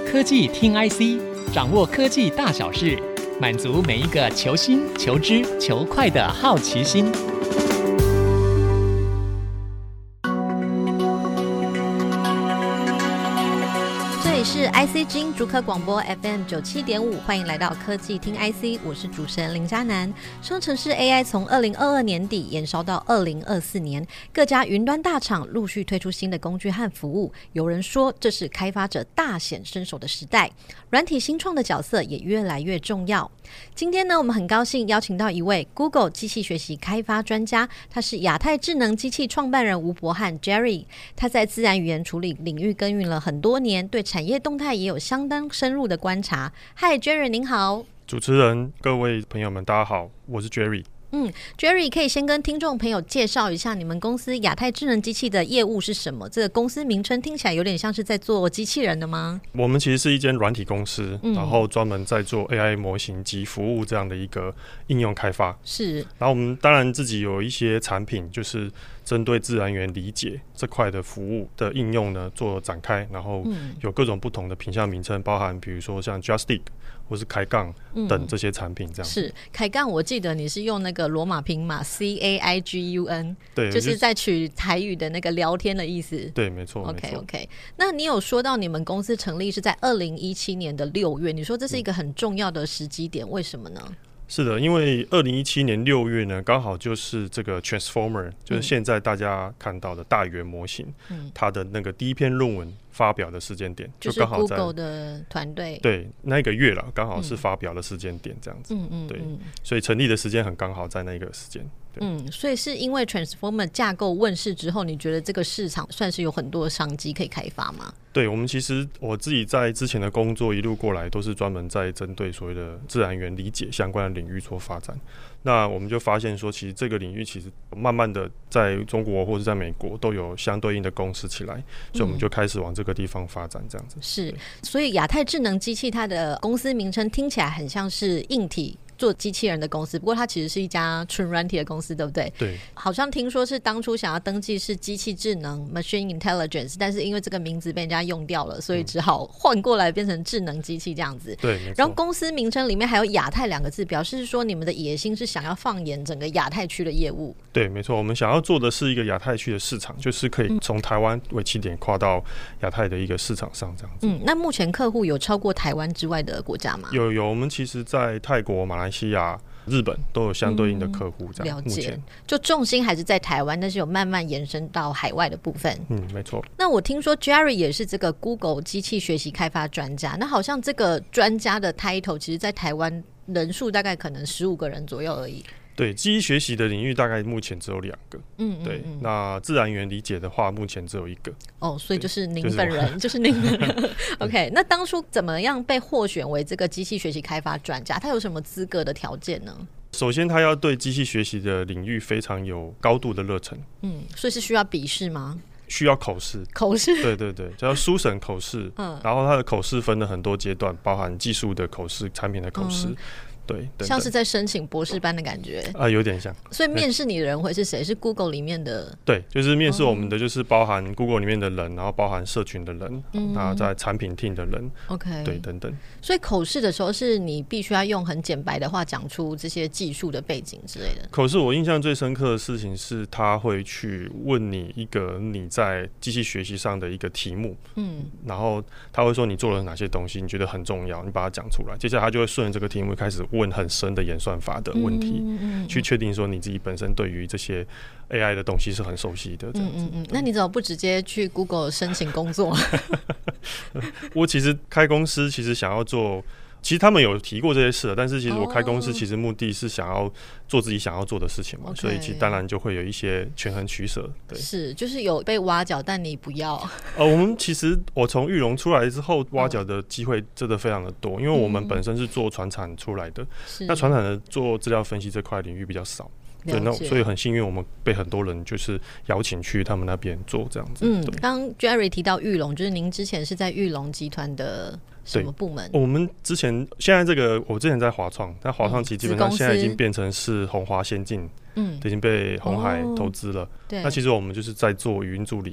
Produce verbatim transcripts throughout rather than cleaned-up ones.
科技听 I C， 掌握科技大小事，满足每一个求新、求知、求快的好奇心。 这里是 I C 之音竹科广播 F M 九七点五，欢迎来到科技听 I C， 我是主持人林嘉楠。生成式 A I 从二零二二年底延烧到二零二四年，各家云端大厂陆续推出新的工具和服务。有人说这是开发者大显身手的时代，软体新创的角色也越来越重要。今天呢，我们很高兴邀请到一位 Google 机器学习开发专家，他是亚太智能机器创办人吴伯翰 Jerry。他在自然语言处理领域耕耘了很多年，对产业动态也有相当深入的观察。嗨 Jerry 您好。 主持人各位朋友们大家好，我是 Jerry。 嗯 Jerry 可以先跟听众朋友介绍一下你们公司亚太智能机器的业务是什么？这个公司名称听起来有点像是在做机器人的吗？ 我们其实是一间软体公司、嗯、然后专门在做 A I 模型及服务这样的一个应用开发。 是， 然后我们当然自己有一些产品就是针对自然语言理解这块的服务的应用呢做展开，然后有各种不同的品项名称，包含比如说像 Joystick 或是开杠等这些产品这样、嗯、 是开杠，我记得你是用那个罗马拼码 C A I G U N， 对， 就是在取台语的那个聊天的意思。 对，没错。 OK OK， 那你有说到你们公司成立是在二零一七年的六月，你说这是一个很重要的时机点、嗯、为什么呢？ 是的，因为二零一七年六月呢，刚好就是这个 Transformer， 就是现在大家看到的大语言模型、嗯、它的那个第一篇论文发表的时间点， 就刚好在 Google 的团队对那个月了，刚好是发表的时间点这样子。嗯嗯，对，所以成立的时间很刚好在那个时间。 嗯，所以是因为 Transformer 架构问世之后，你觉得这个市场算是有很多商机可以开发吗？ 对，我们其实我自己在之前的工作一路过来都是专门在针对所谓的自然语言理解相关的领域做发展。那我们就发现说，其实这个领域其实慢慢的在中国或者在美国都有相对应的公司起来，所以我们就开始往这个地方发展这样子。 是，所以亚太智能机器它的公司名称听起来很像是硬体做机器人的公司，不过它其实是一家纯软体的公司，对不对？ 对， 好像听说是当初想要登记是机器智能 Machine Intelligence， 但是因为这个名字被人家用掉了，所以只好换过来变成智能机器这样子。 对， 然后公司名称里面还有亚太两个字，表示说你们的野心是想要放眼整个亚太区的业务。 对，没错，我们想要做的是一个亚太区的市场，就是可以从台湾为起点跨到亚太的一个市场上这样子。 嗯，那目前客户有超过台湾之外的国家吗？ 有有，我们其实在泰国、马来西亚、日本都有相对应的客户这样、嗯、了解，目前就重心还是在台湾，但是有慢慢延伸到海外的部分。 嗯，没错。 那我听说 Jerry 也是这个 Google 机器学习开发专家，那好像这个专家的 title 其实在台湾人数大概可能十五个人左右而已。 对，机器学习的领域大概目前只有两个。嗯, 嗯, 嗯，对。那自然语言理解的话，目前只有一个。 哦，所以就是您本人，就是、就是您本人。OK， 那当初怎么样被获选为这个机器学习开发专家？他有什么资格的条件呢？ 首先，他要对机器学习的领域非常有高度的热忱。 嗯，所以是需要笔试吗？ 需要口试， 口试， 对对对，叫书审口试。嗯，然后它的口试分了很多阶段，包含技术的口试、产品的口试。嗯，对，等等， 像是在申请博士班的感觉啊、呃，有点像。 所以面试你的人会是谁？是 Google 里面的？ 对，就是面试我们的，就是包含 Google 里面的人，然后包含社群的人，嗯，然后在产品 team 的人 ，OK， 对，等等。 所以口试的时候，是你必须要用很简白的话讲出这些技术的背景之类的。 口试我印象最深刻的事情是，他会去问你一个你在机器学习上的一个题目，嗯，然后他会说你做了哪些东西，你觉得很重要，你把它讲出来。接下来他就会顺着这个题目开始问很深的演算法的问题，嗯嗯嗯，去确定说你自己本身对于这些 A I 的东西是很熟悉的这样子。嗯嗯嗯， 那你怎么不直接去 Google 申请工作？ 我其实开公司其实想要做，其实他们有提过这些事，但是其实我开公司其实目的是想要做自己想要做的事情嘛， okay， 所以其实当然就会有一些权衡取舍。对， 是，就是有被挖角，但你不要。 呃，我们其实我从玉龙出来之后，挖角的机会真的非常的多，因为我们本身是做传产出来的，嗯，那传产的做资料分析这块领域比较少。对，那所以很幸运，我们被很多人就是邀请去他们那边做这样子。 嗯，刚 Jerry 提到玉龙，就是您之前是在玉龙集团的什么部门？ 我们之前现在这个，我之前在华创，但华创其实基本上现在已经变成是鸿华先进，嗯，已经被鸿海投资了。哦，对，那其实我们就是在做语音助理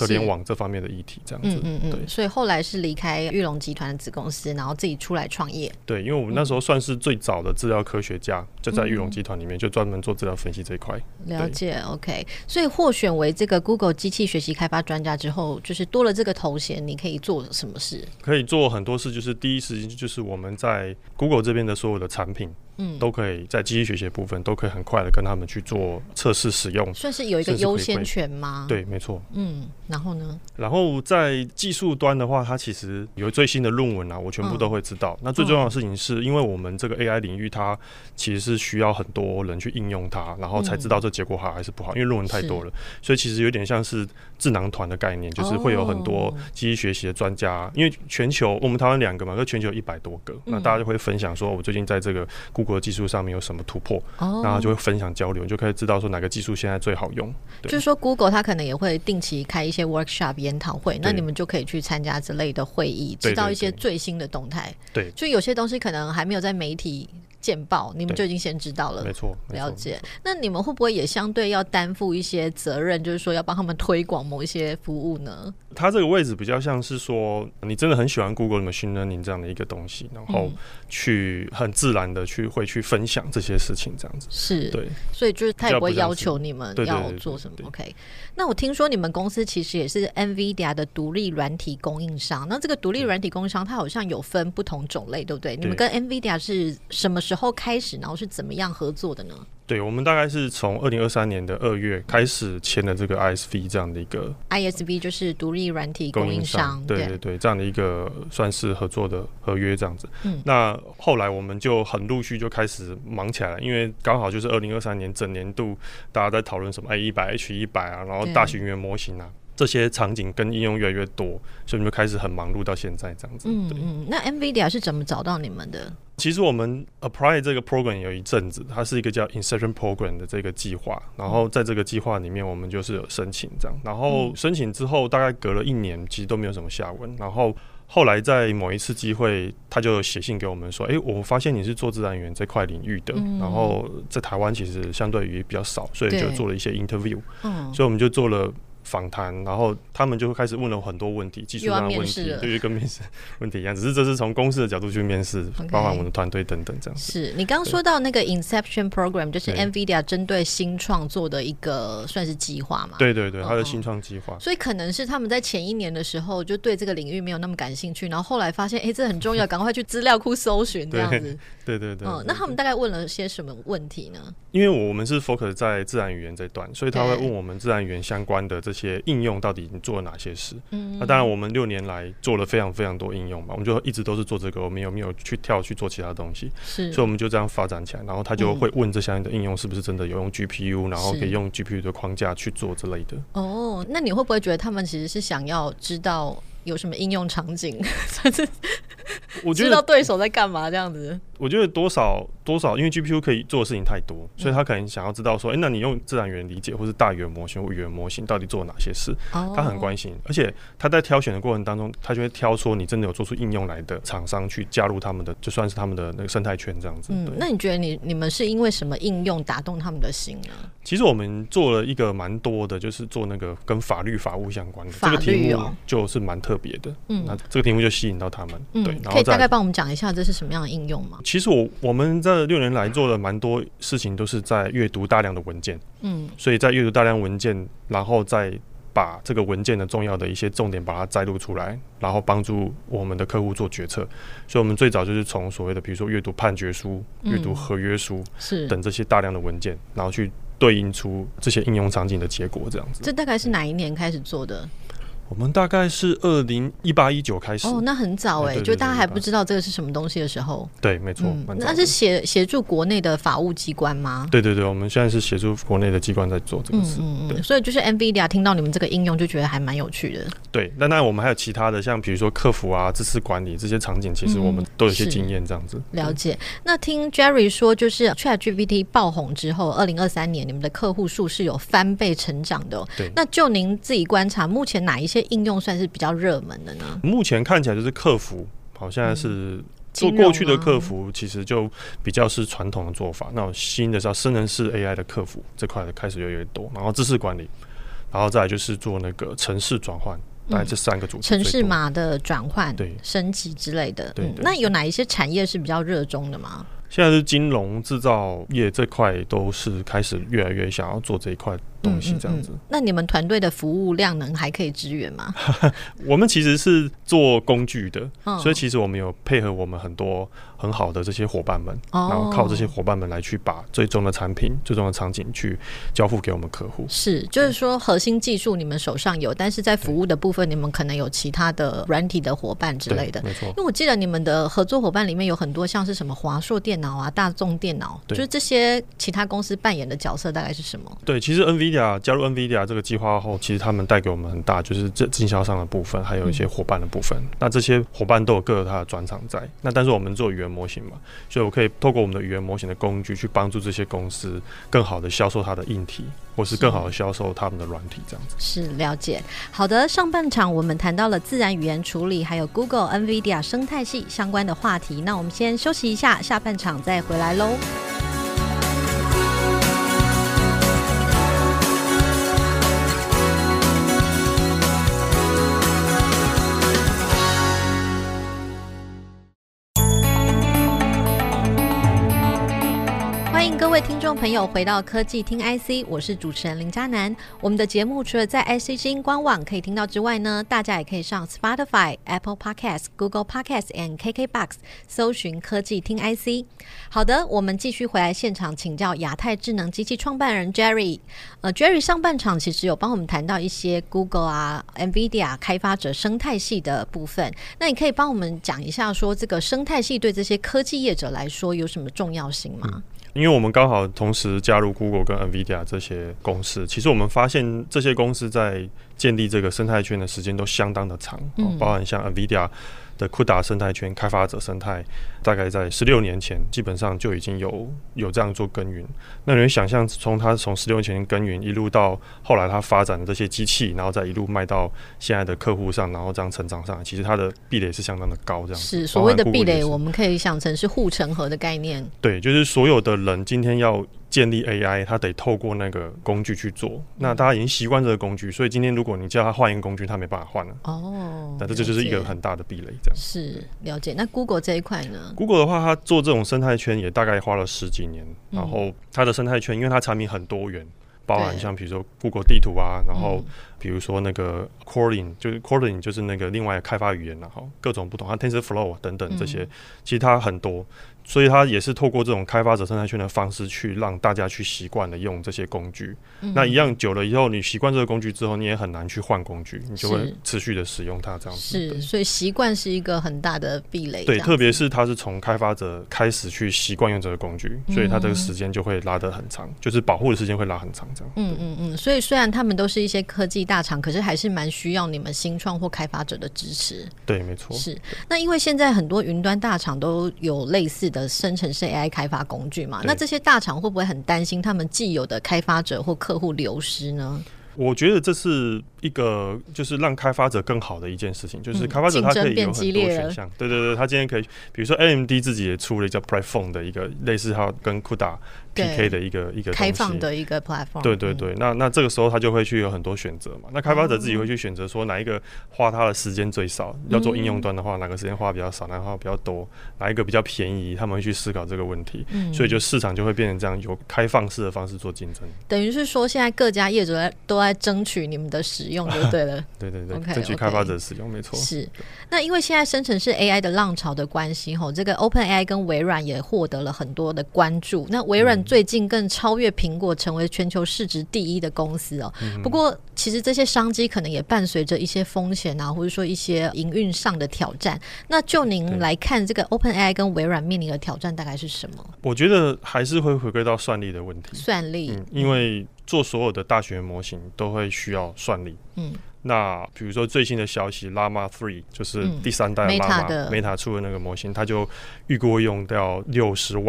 车联网这方面的议题，这样子。 嗯嗯嗯。 对， 所以后来是离开裕隆集团的子公司，然后自己出来创业。 对，因为我们那时候算是最早的资料科学家，就在裕隆集团里面，就专门做资料分析这一块。 了解 ，OK。所以获选为这个 Google 机器学习开发专家之后，就是多了这个头衔，你可以做什么事？ 可以做很多事，就是第一时间就是我们在 Google 这边的所有的产品。嗯，都可以在机器学习的部分都可以很快的跟他们去做测试使用， 算是有一个优先权吗？ 对，没错。 嗯，然后呢？ 然后在技术端的话，它其实有最新的论文啊，我全部都会知道。嗯、那最重要的事情是，因为我们这个 A I 领域，它其实是需要很多人去应用它，然后才知道这结果好还是不好，因为论文太多了，所以其实有点像是智囊团的概念，就是会有很多机器学习的专家，因为全球我们台湾两个嘛，可全球一百多个，那大家就会分享说，我最近在这个 Google 技术上面有什么突破，然后就会分享交流，你就可以知道说哪个技术现在最好用。 就是说 Google 它可能也会定期开一些 workshop 研讨会，那你们就可以去参加之类的会议，知道一些最新的动态。 对， 就有些东西可能还没有在媒体见报，你们就已经先知道了。 没错， 了解。那你们会不会也相对要担负一些责任，就是说要帮他们推广某一些服务呢？ 它这个位置比较像是说，你真的很喜欢 Google Machine Learning 这样的一个东西，然后去很自然的去会去分享这些事情，这样子。 是， 对。 所以就是他也不会要求你们要做什么。 对对对对对 OK。那我听说你们公司其实也是 NVIDIA 的独立软体供应商，那这个独立软体供应商它好像有分不同种类，对不对？你们跟 NVIDIA 是什么时候开始，然后是怎么样合作的呢？ 对，我们大概是从二零二三年的二月开始签了这个 I S V 这样的一个 I S V 就是独立软体供应商， 对对对，这样的一个算是合作的合约这样子。嗯，那后来我们就很陆续就开始忙起来了，因为刚好就是二零二三年整年度大家在讨论什么 A 一百 H 一百啊，然后大型语言模型啊。这些场景跟应用越来越多，所以我们就开始很忙碌到现在这样子。 嗯嗯，那 NVIDIA 是怎么找到你们的？ 其实我们 apply 这个 program 有一阵子，它是一个叫 Inception Program 的这个计划，然后在这个计划里面，我们就是有申请这样，然后申请之后大概隔了一年，其实都没有什么下文，然后后来在某一次机会，他就写信给我们说，哎、欸，我发现你是做自然语言这块领域的，嗯、然后在台湾其实相对于比较少，所以就做了一些 interview，嗯、所以我们就做了访谈，然后他们就开始问了很多问题，技术上的问题，就是跟面试问题一样，只是这是从公司的角度去面试， okay. 包含我们的团队等等这样子。 是你刚刚说到那个 Inception Program， 就是 NVIDIA 针对新创做的一个算是计划嘛？ 对对对，它的新创计划、 哦。所以可能是他们在前一年的时候就对这个领域没有那么感兴趣，然后后来发现，哎、欸，这很重要，赶快去资料库搜寻这样子。 对对 对, 对, 对, 嗯，那他们大概问了些什么问题呢？ 因为我们是 focus 在自然语言这段，所以他会问我们自然语言相关的这些应用到底你做了哪些事。嗯，那当然我们六年来做了非常非常多应用嘛，我们就一直都是做这个，我们有没有去跳去做其他东西？是，所以我们就这样发展起来，然后他就会问这项的应用是不是真的有用 G P U， 然后可以用 G P U 的框架去做之类的。 哦，那你会不会觉得他们其实是想要知道有什么应用场景，我觉得知道对手在干嘛这样子？ 我觉得多少多少，因为 G P U 可以做的事情太多，所以他可能想要知道说，哎、欸，那你用自然语言理解或是大语言模型或语言模型到底做了哪些事？哦、他很关心，而且他在挑选的过程当中，他就会挑说你真的有做出应用来的厂商去加入他们的，就算是他们的那个生态圈这样子。 嗯，那你觉得你你们是因为什么应用打动他们的心呢？ 其实我们做了一个蛮多的，就是做那个跟法律法务相关的、哦、这个题目就是蛮特别的。嗯，那这个题目就吸引到他们。嗯，对，然后可以大概帮我们讲一下这是什么样的应用吗？ 其实我我们这六年来做了蛮多事情，都是在阅读大量的文件。嗯，所以在阅读大量文件，然后再把这个文件的重要的一些重点把它摘录出来，然后帮助我们的客户做决策。所以我们最早就是从所谓的比如说阅读判决书、阅、嗯、读合约书等这些大量的文件，然后去对应出这些应用场景的结果这样子。 这大概是哪一年开始做的？ 我们大概是二零一八一九开始。 哦，那很早哎、欸，就大家还不知道这个是什么东西的时候。 对，没错、嗯。 那是协协助国内的法务机关吗？ 对对对，我们现在是协助国内的机关在做这个事。嗯嗯嗯。 所以就是 NVIDIA 听到你们这个应用就觉得还蛮有趣的。 对，那当然我们还有其他的，像比如说客服啊、知识管理这些场景，其实我们都有些经验这样子、 嗯。了解。那听 Jerry 说，就是 ChatGPT 爆红之后，二零二三年你们的客户数是有翻倍成长的、哦。对。那就您自己观察，目前哪一些应用算是比较热门的呢？ 目前看起来就是客服，好像是做过去的客服，其实就比较是传统的做法。那新的是要生成式 A I 的客服这块的开始越来越多，然后知识管理， 然后再来就是做那个程式转换。大概这三个主题， 程式码的转换、 对升级之类的。 对对对、 嗯，那有哪一些产业是比较热衷的吗？ 现在是金融、制造业这块都是开始越来越想要做这一块东西，这样子、嗯嗯嗯。 那你们团队的服务量能还可以支援吗？ 我们其实是做工具的、哦，所以其实我们有配合我们很多很好的这些伙伴们、哦，然后靠这些伙伴们来去把最终的产品、最终的场景去交付给我们客户。 是，就是说核心技术你们手上有，但是在服务的部分，你们可能有其他的软体的伙伴之类的。 没错。 因为我记得你们的合作伙伴里面有很多像是什么华硕电脑啊、大众电脑，就是这些其他公司扮演的角色大概是什么？ 对，其实 NVIDIA 加入 NVIDIA 这个计划后，其实他们带给我们很大，就是这经销商的部分，还有一些伙伴的部分。嗯、那这些伙伴都有各有他的专长在。那但是我们做语言模型嘛，所以我可以透过我们的语言模型的工具去帮助这些公司更好的销售它的硬体，或是更好的销售他们的软体，这样子。 是，了解。好的，上半场我们谈到了自然语言处理，还有 Google、NVIDIA 生态系相关的话题。那我们先休息一下，下半场再回来喽。欢迎各位听众朋友回到科技听 I C， 我是主持人林嘉楠。我们的节目除了在 I C 之音官网可以听到之外呢，大家也可以上 Spotify、Apple Podcast、Google Podcast and K K B O X 搜寻科技听 I C。 好的，我们继续回来现场请教亚太智能机器创办人 Jerry。呃 Jerry 上半场其实有帮我们谈到一些 Google 啊、NVIDIA 开发者生态系的部分，那你可以帮我们讲一下说这个生态系对这些科技业者来说有什么重要性吗？嗯， 因为我们刚好同时加入 Google 跟 NVIDIA 这些公司，其实我们发现这些公司在建立这个生态圈的时间都相当的长，嗯，包含像 NVIDIA 的 C U D A 生态圈、开发者生态，大概在十六年前基本上就已经有有这样做耕耘。那你会想象，从他从十六年前耕耘一路到后来他发展的这些机器，然后再一路卖到现在的客户上，然后这样成长上来，其实它的壁垒是相当的高。这样子是所谓的壁垒，我们可以想成是护城河的概念。 对，就是所有的人今天要建立 A I， 他得透过那个工具去做。那大家已经习惯这个工具，所以今天如果你叫他换一个工具，他没办法换了。哦，那这就是一个很大的壁垒。这样是了解。那 Google 这一块呢 ？Google 的话，他做这种生态圈也大概花了十几年，嗯、然后他的生态圈，因为他产品很多元，包含像比如说 Google 地图啊，然后比如说那个 Kotlin， 就是 Kotlin 就是那个另外的开发语言，然后各种不同，它 TensorFlow 等等这些，嗯、其实它很多。所以它也是透过这种开发者生态圈的方式去让大家去习惯的用这些工具，嗯、那一样久了以后，你习惯这个工具之后，你也很难去换工具，你就会持续的使用它这样子。 是，所以习惯是一个很大的壁垒。 对，特别是它是从开发者开始去习惯用这个工具，所以它这个时间就会拉得很长，嗯、就是保护的时间会拉很长这样。 嗯嗯嗯。所以虽然他们都是一些科技大厂，可是还是蛮需要你们新创或开发者的支持。 对，没错。 是。那因为现在很多云端大厂都有类似的生成式 A I 开发工具嘛，那这些大厂会不会很担心他们既有的开发者或客户流失呢？ 我觉得这是一个就是让开发者更好的一件事情，就是开发者他可以有很多选项。对对对，他今天可以，比如说 A M D 自己也出了一个叫 Platform 的一个类似他跟 C U D A P K 的一个一个开放的一个 platform。 对对对，嗯、那那这个时候他就会去有很多选择嘛。那开发者自己会去选择说哪一个花他的时间最少，嗯、要做应用端的话，哪个时间花比较少，哪个花比较多，哪一个比较便宜，他们会去思考这个问题。嗯、所以就市场就会变成这样，有开放式的方式做竞争。 等于是说，现在各家业者都在争取你们的使用，就对了。 对对对， okay, 争取开发者使用， okay, 没错。 是。那因为现在生成式 A I 的浪潮的关系，这个 OpenAI 跟微软也获得了很多的关注。那微软最近更超越苹果，成为全球市值第一的公司哦。嗯、不过，其实这些商机可能也伴随着一些风险啊，或者说一些营运上的挑战。那就您来看，这个 OpenAI 跟微软面临的挑战大概是什么？ 我觉得还是会回归到算力的问题。 算力， 嗯，因为做所有的大学模型都会需要算力。嗯。那比如说最新的消息 Llama 三就是第三代 Llama、嗯、Meta, Meta 出的那个模型，它就预估用掉六十万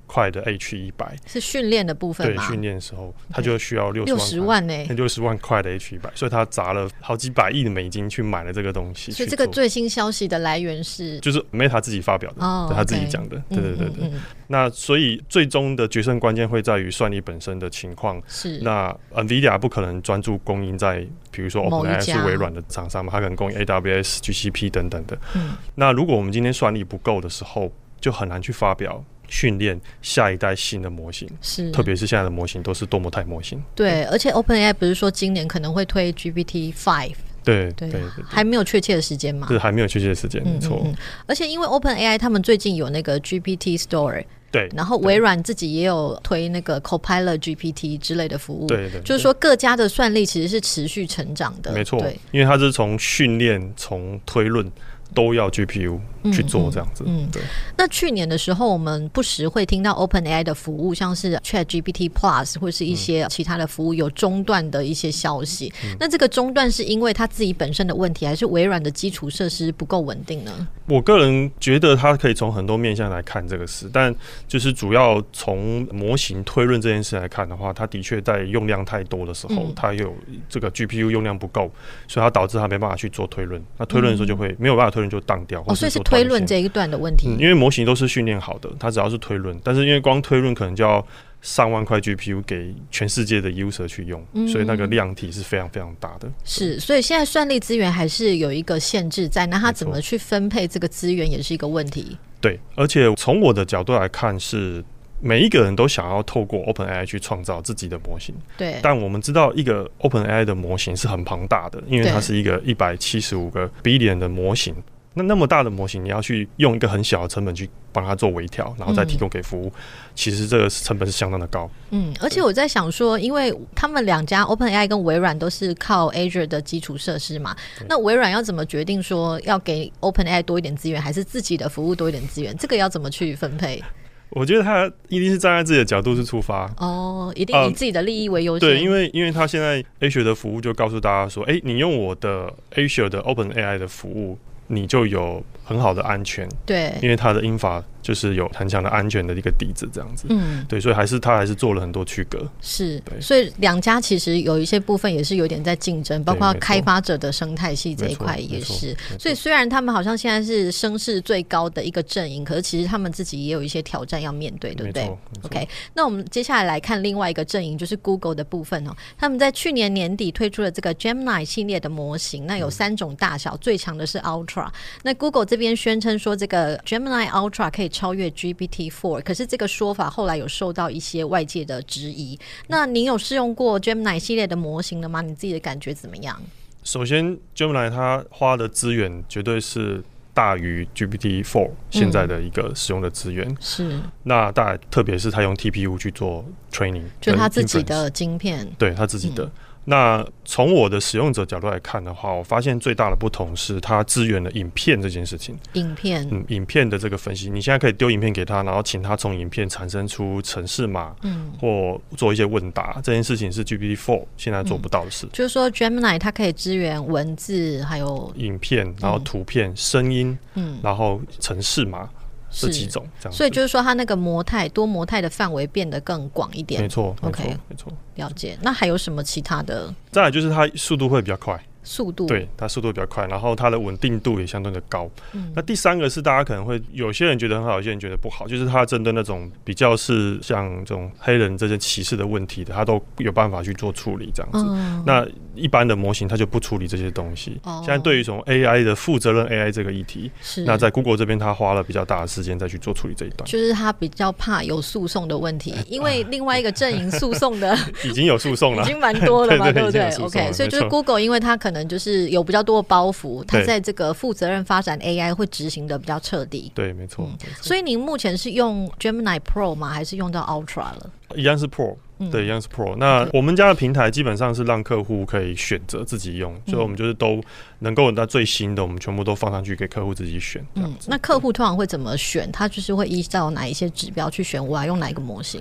块的 H 一百， 是训练的部分吗？ 对，训练的时候他就需要六十万六十万呢、 六十万块的 H 一百，所以他砸了好几百亿的美金去买了这个东西。 所以这个最新消息的来源是， 就是 Meta 自己发表的，哦、对他自己讲的，对对对对。嗯嗯嗯那所以最终的决胜关键会在于算力本身的情况。 是。 那 NVIDIA 不可能专注供应在，比如说 OpenAI 是微软的厂商嘛，它可能供应 A W S、G C P 等等的。嗯。那如果我们今天算力不够的时候，就很难去发表训练下一代新的模型，是，特别是现在的模型都是多模态模型。 对，而且 OpenAI 不是说今年可能会推 G P T 五。 对 对, 对, 对， 还没有确切的时间嘛？ 对，还没有确切的时间，没错、嗯嗯嗯。 而且因为 OpenAI 他们最近有那个 G P T Store。 对， 然后微软自己也有推那个 Copilot G P T 之类的服务， 对 对, 对， 就是说各家的算力其实是持续成长的， 没错，因为它是从训练、从推论都要 G P U 去做这样子。嗯，嗯对。 那去年的时候，我们不时会听到 OpenAI 的服务，像是 ChatGPT Plus 或是一些其他的服务有中断的一些消息。嗯、那这个中断是因为它自己本身的问题，还是微软的基础设施不够稳定呢？ 我个人觉得它可以从很多面向来看这个事，但就是主要从模型推论这件事来看的话，它的确在用量太多的时候，嗯、它有这个 G P U 用量不够，所以它导致它没办法去做推论。那推论的时候就会、嗯、没有办法推论就当掉， 哦，所以是推论这一段的问题。 嗯，因为模型都是训练好的，它只要是推论，但是因为光推论可能就要上万块 G P U 给全世界的 user 去用、嗯、所以那个量体是非常非常大的。 是，所以现在算力资源还是有一个限制在，那它怎么去分配这个资源也是一个问题。 对，而且从我的角度来看，是每一个人都想要透过 OpenAI 去创造自己的模型。 对， 但我们知道一个 OpenAI 的模型是很庞大的，因为它是一个一百七十五个 billion 的模型。那那么大的模型，你要去用一个很小的成本去帮它做微调，然后再提供给服务、嗯，其实这个成本是相当的高。 嗯，而且我在想说，因为他们两家 OpenAI 跟微软都是靠 Azure 的基础设施嘛，那微软要怎么决定说要给 OpenAI 多一点资源，还是自己的服务多一点资源？这个要怎么去分配？ 我觉得他一定是站在自己的角度去出发哦，一定以自己的利益为优先、 呃。对，因为因为他现在 Azure 的服务就告诉大家说，哎、欸，你用我的 Azure 的 OpenAI 的服务，你就有很好的安全。 对， 因为它的infra就是有很强的安全的一个底子，这样子。嗯，对，所以还是他还是做了很多区隔。 是，所以两家其实有一些部分也是有点在竞争，包括开发者的生态系这一块也是。所以虽然他们好像现在是声势最高的一个阵营，可是其实他们自己也有一些挑战要面对，对不对 ？OK， 那我们接下来来看另外一个阵营，就是 Google 的部分哦。他们在去年年底推出了这个 Gemini 系列的模型，那有三种大小，嗯、最强的是 Ultra。那 Google 这边宣称说，这个 Gemini Ultra 可以超越 G P T 四， 可是这个说法后来有受到一些外界的质疑。那你有试用过 Gemini 系列的模型了吗？你自己的感觉怎么样？ 首先 Gemini 它花的资源绝对是大于 G P T 四现在的一个使用的资源、嗯、是。那大概特别是它用 T P U 去做 training， 就它自己的晶片， 对它自己的、嗯。那从我的使用者角度来看的话，我发现最大的不同是它支援了影片这件事情。 影片， 嗯，影片的这个分析，你现在可以丢影片给他，然后请他从影片产生出程式码，嗯，或做一些问答。这件事情是 G P T 四现在做不到的事。嗯、 就是说 Gemini 它可以支援文字，还有影片，然后图片、嗯、声音，嗯，然后程式码。这几种这样子， 所以就是说它那个模态多模态的范围变得更广一点。 没错 ，OK， 没错， 了解。那还有什么其他的？ 再来就是它速度会比较快。 速度对它速度比较快，然后它的稳定度也相对的高、嗯、那第三个是大家可能会有些人觉得很好，有些人觉得不好，就是它针对那种比较是像这种黑人这些歧视的问题的，它都有办法去做处理这样子、嗯、那一般的模型它就不处理这些东西、哦、现在对于从 A I 的负责任 A I 这个议题，那在 Google 这边它花了比较大的时间再去做处理这一段， 就是它比较怕有诉讼的问题，因为另外一个阵营诉讼的已经有诉讼了， 已经蛮多了嘛，对不对 ？OK， 所以就是 Google 因为它可能就是有比较多的包袱，它在这个负责任发展 A I 会执行的比较彻底。 对，没错、嗯。 所以您目前是用 Gemini Pro 吗？还是用到 Ultra 了？ 一样是 Pro。对，一样是 Pro。那我们家的平台基本上是让客户可以选择自己用、嗯，所以我们就是都能够那最新的，我们全部都放上去给客户自己选。嗯， 那客户通常会怎么选？他就是会依照哪一些指标去选我要用哪一个模型？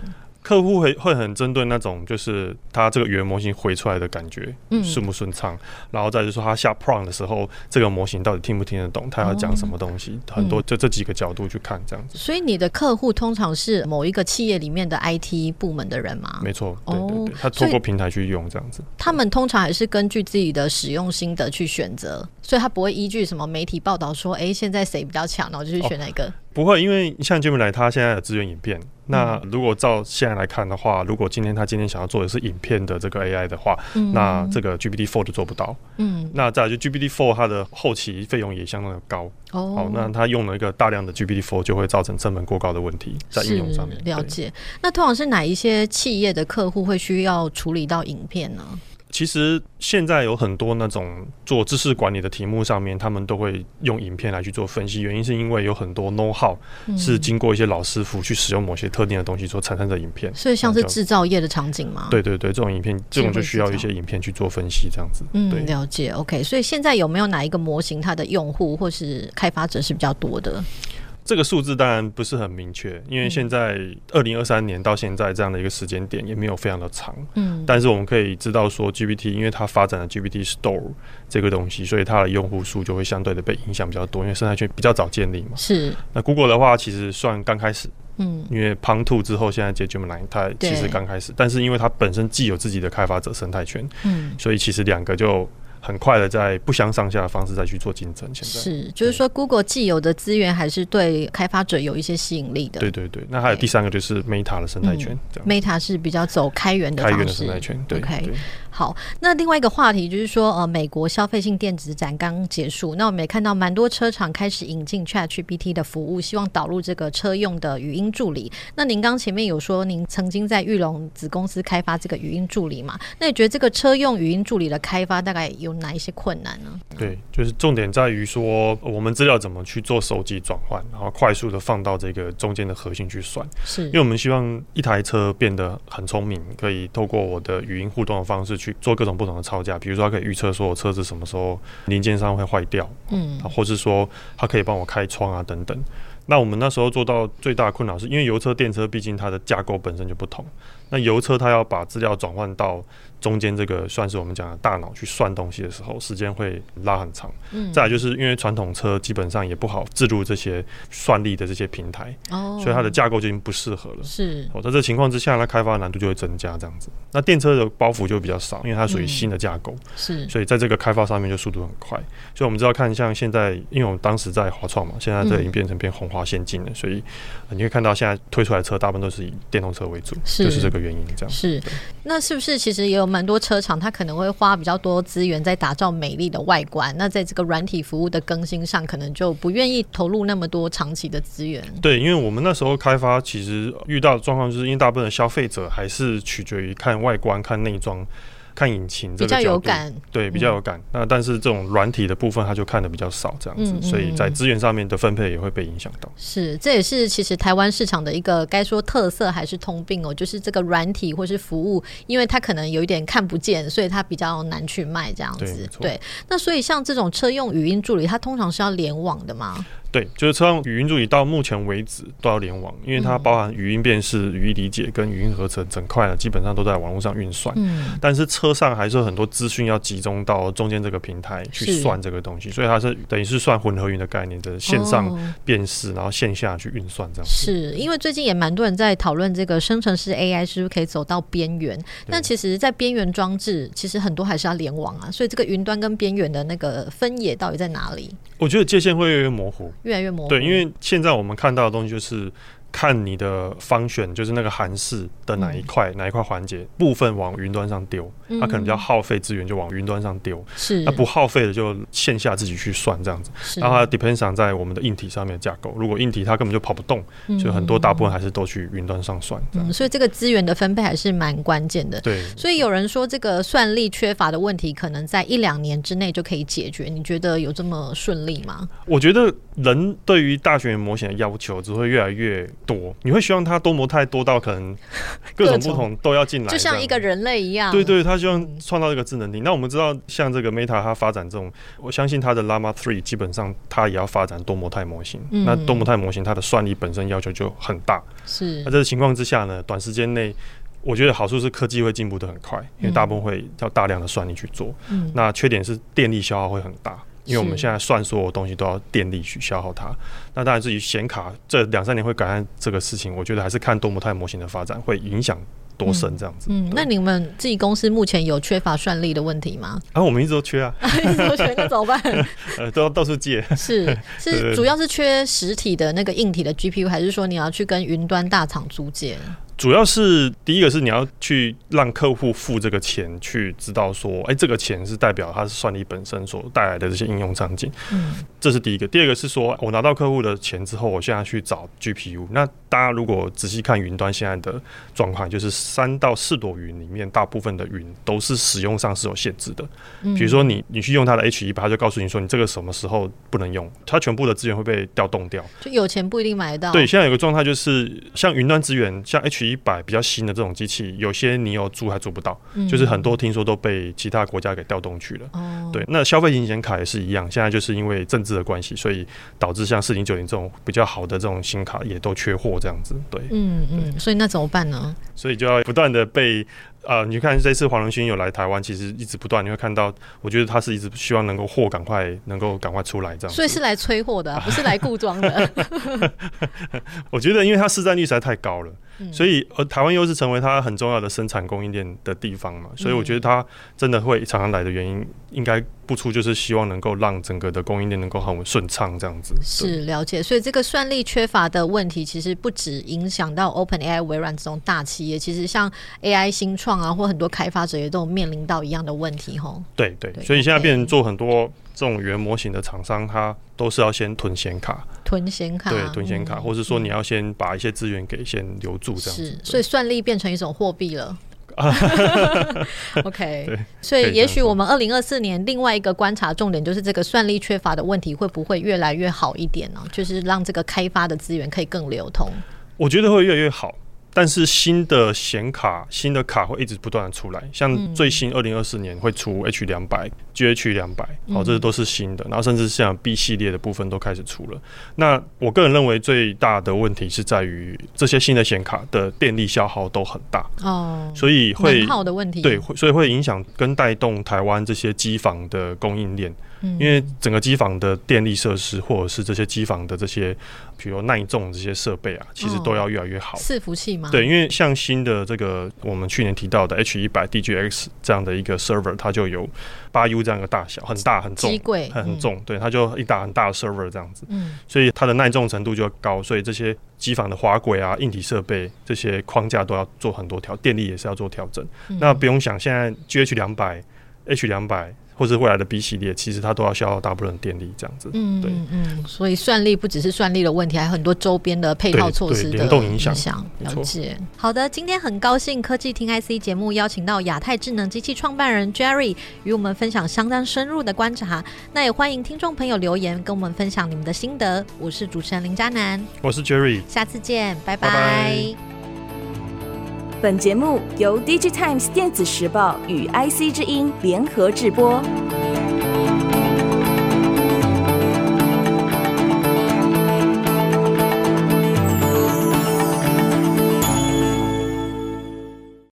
客户会会很针对那种就是他这个语言模型回出来的感觉顺不顺畅，然后再就是说他下 prompt 的时候，这个模型到底听不听得懂，他要讲什么东西，哦、很多就这几个角度去看这样子。 所以你的客户通常是某一个企业里面的 I T 部门的人吗？ 没错，对对对，他透过平台去用这样子。他们通常还是根据自己的使用心得去选择，所以他不会依据什么媒体报道说，哎，现在谁比较强，然后就去选哪个。哦不会，因为像 Gemini 它现在有支援影片，那如果照现在来看的话，如果今天他今天想要做的是影片的这个 A I 的话，嗯、那这个 G P T 四 就做不到。嗯，那再来就 G P T 四 它的后期费用也相当的高。哦，好，那它用了一个大量的 G P T 四 就会造成成本过高的问题在应用上面。 了解。那通常是哪一些企业的客户会需要处理到影片呢？ 其实现在有很多那种做知识管理的题目上面，他们都会用影片来去做分析。原因是因为有很多 know how 是经过一些老师傅去使用某些特定的东西所产生的影片。 所以像是制造业的场景吗？ 对对对，这种影片，这种就需要一些影片去做分析，这样子。 嗯，了解。OK， 所以现在有没有哪一个模型它的用户或是开发者是比较多的？ 这个数字当然不是很明确，因为现在二零二三年到现在这样的一个时间点也没有非常的长。嗯，但是我们可以知道说 G P T 因为它发展了 G P T Store 这个东西，所以它的用户数就会相对的被影响比较多，因为生态圈比较早建立嘛。 是。那 Google 的话其实算刚开始。嗯，因为 Palm 二之后现在接 Gemini 它其实刚开始，但是因为它本身既有自己的开发者生态圈，嗯，所以其实两个就很快的在不相上下的方式再去做竞争。现在是，就是说 Google 既有的资源还是对开发者有一些吸引力的。 对对对，那还有第三个就是 Meta 的生态圈。嗯、 Meta 是比较走开源的方式， 开源的生态圈。对 ，OK。好，那另外一个话题就是说，呃，美国消费性电子展刚结束，那我们也看到蛮多车厂开始引进 ChatGPT 的服务，希望导入这个车用的语音助理。那您刚前面有说，您曾经在裕隆子公司开发这个语音助理嘛？那你觉得这个车用语音助理的开发大概有哪一些困难呢？ 对，就是重点在于说，我们资料怎么去做手机转换，然后快速的放到这个中间的核心去算。是，因为我们希望一台车变得很聪明，可以透过我的语音互动的方式去做各种不同的操价，比如说它可以预测说我车子什么时候零件上会坏掉，嗯，或是说它可以帮我开窗啊等等。那我们那时候做到最大的困扰是因为油车电车毕竟它的架构本身就不同，那油车它要把资料转换到中间这个算是我们讲的大脑去算东西的时候，时间会拉很长。嗯，再来就是因为传统车基本上也不好置入这些算力的这些平台，哦，所以它的架构就已经不适合了。是，哦，在这情况之下，它开发的难度就会增加这样子。那电车的包袱就比较少，因为它属于新的架构，嗯，是，所以在这个开发上面就速度很快。所以我们知道看像现在，因为我们当时在华创嘛，现在这已经变成变鸿华先进了，所以你会看到现在推出来的车大部分都是以电动车为主，是就是这个原因这样。 是，那是不是其实也有蛮多车厂，它可能会花比较多资源在打造美丽的外观，那在这个软体服务的更新上，可能就不愿意投入那么多长期的资源。 对，因为我们那时候开发，其实遇到的状况就是，因为大部分的消费者还是取决于看外观、看内装。看引擎这个角度比较有感， 对，比较有感。嗯、那但是这种软体的部分，它就看得比较少，这样子，嗯嗯，所以在资源上面的分配也会被影响到。 是，这也是其实台湾市场的一个该说特色还是通病哦，就是这个软体或是服务，因为它可能有一点看不见，所以它比较难去卖这样子。对，对，那所以像这种车用语音助理，它通常是要联网的吗？ 对，就是车用语音助理到目前为止都要联网，因为它包含语音辨识、语义理解跟语音合成，整块呢基本上都在网络上运算。嗯，但是车上还是有很多资讯要集中到中间这个平台去算这个东西，所以它是等于是算混合云的概念的线上辨识，然后线下去运算这样子。 是因为最近也蛮多人在讨论这个生成式 A I 是不是可以走到边缘？但其实，在边缘装置，其实很多还是要联网啊，所以这个云端跟边缘的那个分野到底在哪里？ 我觉得界限会越来越模糊。 越来越模糊， 对，因为现在我们看到的东西就是看你的function，就是那个函式的哪一块、嗯、哪一块环节部分往云端上丢，它、嗯、可能比较耗费资源就往云端上丢，是那不耗费的就线下自己去算这样子。然后它 depends on 在我们的硬体上面的架构，如果硬体它根本就跑不动，嗯、所以很多大部分还是都去云端上算。 嗯，所以这个资源的分配还是蛮关键的。对，所以有人说这个算力缺乏的问题，可能在一两年之内就可以解决。你觉得有这么顺利吗？ 我觉得人对于大学模型的要求只会越来越多，你会希望它多模态多到可能各种不同都要进来， 就像一个人类一样。 对对，他希望创造一个智能体。嗯、那我们知道，像这个 Meta 它发展这种，我相信它的 Llama 三基本上它也要发展多模态模型。嗯、那多模态模型它的算力本身要求就很大。 是。 那这个情况之下呢，短时间内。我觉得好处是科技会进步得很快，因为大部分会要大量的算力去做。嗯、那缺点是电力消耗会很大，因为我们现在算所有东西都要电力去消耗它。那当然至于显卡这两三年会改善这个事情，我觉得还是看多模态模型的发展会影响多深这样子。 嗯，那你们自己公司目前有缺乏算力的问题吗？ 啊，我们一直都缺啊， 一直都缺，那怎么办？ 呃，都要到处借。 是是，主要是缺实体的那个硬体的 G P U， 还是说你要去跟云端大厂租借？ 主要是第一个是你要去让客户付这个钱，去知道说，哎、欸，这个钱是代表它是算力本身所带来的这些应用场景。嗯，这是第一个。第二个是说，我拿到客户的钱之后，我现在去找 G P U。那大家如果仔细看云端现在的状况，就是三到四朵云里面，大部分的云都是使用上是有限制的。嗯、比如说你你去用它的 H 一百，它就告诉你说你这个什么时候不能用，它全部的资源会被调动掉。 就有钱不一定买得到。 对，现在有个状态就是，像云端资源，像 H 一百比较新的这种机器，有些你有租还租不到，嗯、就是很多听说都被其他国家给调动去了。哦、对，那消费型显卡也是一样，现在就是因为政治的关系，所以导致像四零九零这种比较好的这种新卡也都缺货这样子。对， 嗯嗯，所以那怎么办呢？ 所以就要不断的被。呃，你看这次黄仁勋有来台湾，其实一直不断，你会看到，我觉得他是一直希望能够货赶快能够赶快出来这样子， 所以是来催货的、啊，不是来固装的。 我觉得，因为它市占率实在太高了，嗯、所以呃，台湾又是成为它很重要的生产供应链的地方嘛，所以我觉得它真的会常常来的原因，应该不出就是希望能够让整个的供应链能够很顺畅这样子。 是了解，所以这个算力缺乏的问题，其实不只影响到 OpenAI、微软这种大企业，其实像 A I 新创啊，或很多开发者也都有面临到一样的问题吼。 对 对, 对，所以现在变成做很多这种语言模型的厂商，它都是要先囤显卡， 囤显卡， 对，囤显卡，嗯、或是说你要先把一些资源给先留住这样子。是， 所以算力变成一种货币了。OK， 所以也许我们二零二四年另外一个观察重点就是这个算力缺乏的问题会不会越来越好一点呢？就是让这个开发的资源可以更流通。我觉得会越来越好。但是新的显卡、新的卡会一直不断的出来，像最新二零二四年会出 H 两百、G H 两百，好，这都是新的。然后甚至像 B 系列的部分都开始出了。那我个人认为最大的问题是在于这些新的显卡的电力消耗都很大哦，所以会能耗的问题， 对，所以会影响跟带动台湾这些机房的供应链。因为整个机房的电力设施，或者是这些机房的这些，比如耐重这些设备啊，其实都要越来越好。伺服器吗？ 对，因为像新的这个我们去年提到的 H 一百 D G X 这样的一个 server， 它就有八 U 这样一个大小，很大很重， 机柜很重，嗯、对，它就一大很大的 server 这样子，嗯、所以它的耐重程度就高，所以这些机房的滑轨啊、硬体设备这些框架都要做很多调，电力也是要做调整。嗯、那不用想，现在 G H 两百、H 两百。或是未来的 B 系列，其实它都要消耗大部分的电力，这样子。嗯，对， 嗯，所以算力不只是算力的问题，还有很多周边的配套措施的联动影响。 了解。好的，今天很高兴科技听 I C 节目邀请到亚太智能机器创办人 Jerry 与我们分享相当深入的观察。那也欢迎听众朋友留言跟我们分享你们的心得。我是主持人林嘉楠， 我是 Jerry， 下次见，拜拜。 拜拜。 本节目由 Digitimes 电子时报与 I C 之音联合制播。